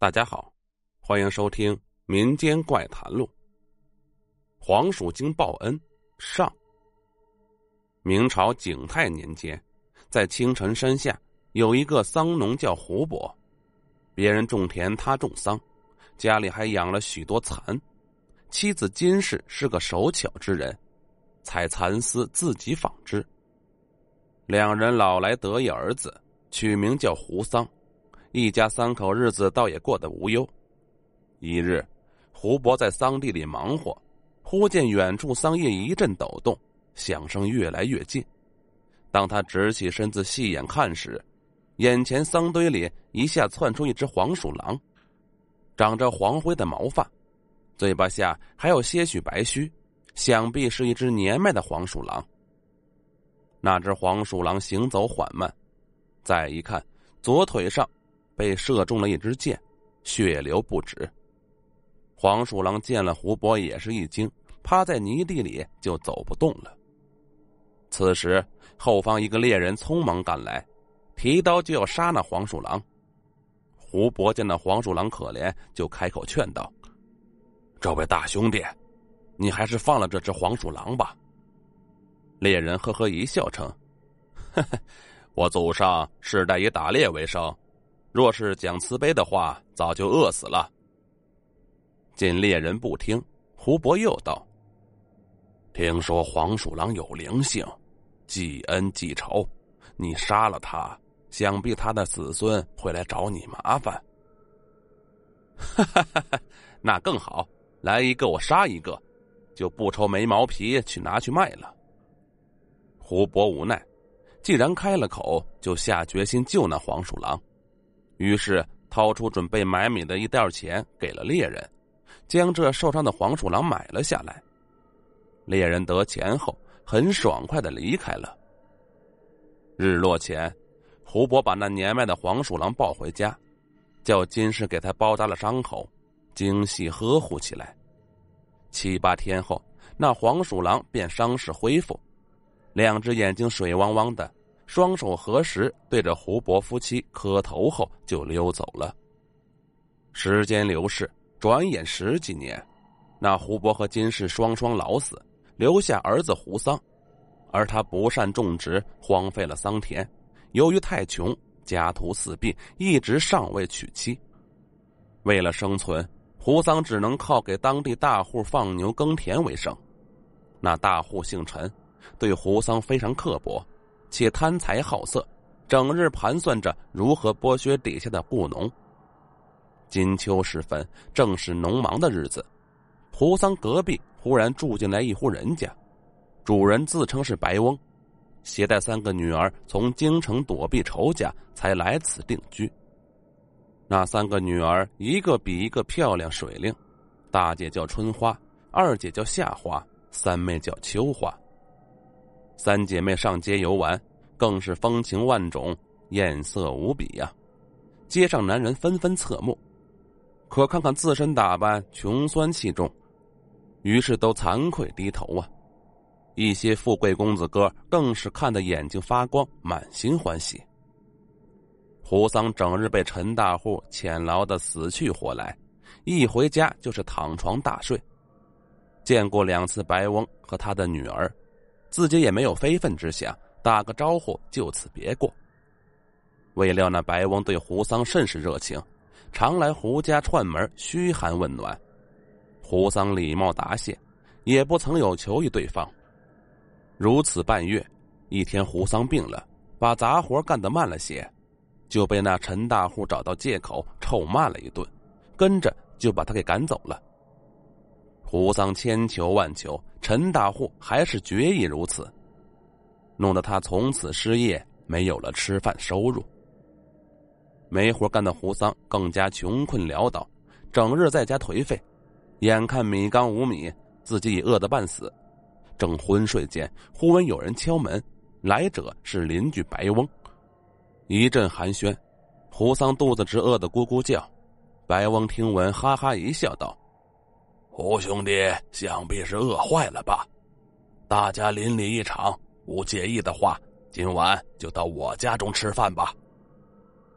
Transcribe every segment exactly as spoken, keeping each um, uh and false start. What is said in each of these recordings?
大家好，欢迎收听民间怪谈录。黄蜀经报恩上。明朝景泰年间，在青城山下有一个桑农叫胡伯，别人种田他种桑，家里还养了许多蚕。妻子金氏是个手巧之人，采蚕丝自己纺织。两人老来得一儿子，取名叫胡桑，一家三口日子倒也过得无忧。一日，胡伯在桑地里忙活，忽见远处桑叶一阵抖动，响声越来越近。当他直起身子细眼看时，眼前桑堆里一下窜出一只黄鼠狼，长着黄灰的毛发，嘴巴下还有些许白须，想必是一只年迈的黄鼠狼。那只黄鼠狼行走缓慢，再一看，左腿上被射中了一支箭，血流不止。黄鼠狼见了胡伯也是一惊，趴在泥地里就走不动了。此时后方一个猎人匆忙赶来，提刀就要杀那黄鼠狼。胡伯见那黄鼠狼可怜，就开口劝道：这位大兄弟，你还是放了这只黄鼠狼吧。猎人呵呵一笑称：呵呵，我祖上世代以打猎为生，若是讲慈悲的话，早就饿死了。见猎人不听，胡伯又道：听说黄鼠狼有灵性，记恩记仇，你杀了他，想必他的子孙会来找你麻烦。哈哈哈哈，那更好，来一个我杀一个，就不愁没毛皮去拿去卖了。胡伯无奈，既然开了口，就下决心救那黄鼠狼，于是掏出准备买米的一袋钱给了猎人，将这受伤的黄鼠狼买了下来。猎人得钱后，很爽快地离开了。日落前，胡伯把那年迈的黄鼠狼抱回家，叫金氏给他包扎了伤口，精细呵护起来。七八天后，那黄鼠狼便伤势恢复，两只眼睛水汪汪的，双手合十对着胡伯夫妻磕头后就溜走了。时间流逝，转眼十几年，那胡伯和金氏双双老死，留下儿子胡桑，而他不善种植，荒废了桑田，由于太穷，家徒四壁，一直尚未娶妻。为了生存，胡桑只能靠给当地大户放牛耕田为生。那大户姓陈，对胡桑非常刻薄，且贪财好色，整日盘算着如何剥削底下的雇农。金秋时分，正是农忙的日子，胡桑隔壁忽然住进来一户人家，主人自称是白翁，携带三个女儿从京城躲避仇家，才来此定居。那三个女儿一个比一个漂亮水灵，大姐叫春花，二姐叫夏花，三妹叫秋花。三姐妹上街游玩，更是风情万种，艳色无比呀、啊！街上男人纷纷侧目，可看看自身打扮穷酸气重，于是都惭愧低头啊。一些富贵公子哥更是看得眼睛发光，满心欢喜。胡桑整日被陈大户遣劳的死去活来，一回家就是躺床大睡。见过两次白翁和他的女儿，自己也没有非分之想，打个招呼就此别过。未料那白翁对胡桑甚是热情，常来胡家串门嘘寒问暖。胡桑礼貌答谢，也不曾有求于对方。如此半月，一天胡桑病了，把杂活干得慢了些，就被那陈大户找到借口臭骂了一顿，跟着就把他给赶走了。胡桑千求万求，陈大户还是决意如此，弄得他从此失业，没有了吃饭收入。没活干的胡桑更加穷困潦倒，整日在家颓废，眼看米缸无米，自己已饿得半死。正昏睡间，忽闻有人敲门，来者是邻居白翁。一阵寒暄，胡桑肚子直饿得咕咕叫。白翁听闻，哈哈一笑道：胡兄弟想必是饿坏了吧，大家邻里一场，无介意的话，今晚就到我家中吃饭吧。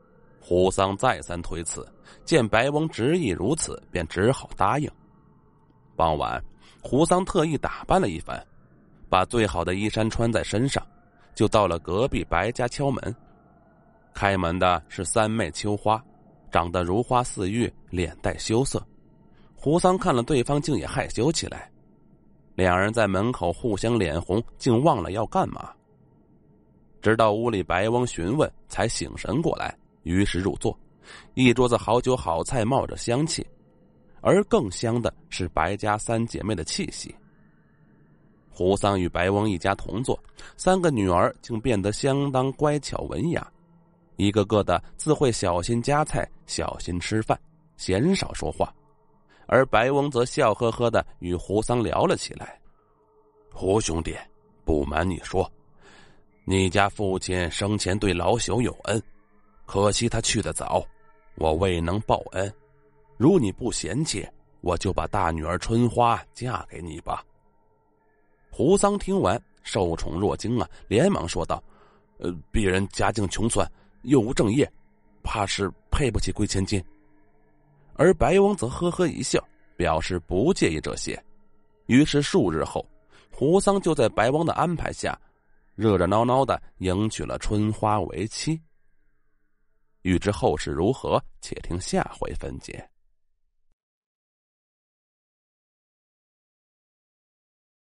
胡桑再三推辞，见白翁执意如此，便只好答应。傍晚，胡桑特意打扮了一番，把最好的衣衫穿在身上，就到了隔壁白家敲门。开门的是三妹秋花，长得如花似玉，脸带羞涩。胡桑看了对方，竟也害羞起来。两人在门口互相脸红，竟忘了要干嘛。直到屋里白翁询问，才醒神过来，于是入座。一桌子好酒好菜冒着香气，而更香的是白家三姐妹的气息。胡桑与白翁一家同坐，三个女儿竟变得相当乖巧文雅，一个个的自会小心夹菜，小心吃饭，鲜少说话。而白翁则笑呵呵的与胡桑聊了起来。胡兄弟，不瞒你说，你家父亲生前对老朽有恩，可惜他去得早，我未能报恩。如你不嫌弃，我就把大女儿春花嫁给你吧。胡桑听完，受宠若惊啊，连忙说道：呃，鄙人家境穷酸，又无正业，怕是配不起贵千金。而白翁则呵呵一笑，表示不介意这些。于是数日后，胡桑就在白翁的安排下，热热闹闹的迎娶了春花为妻。欲知后事如何，且听下回分解。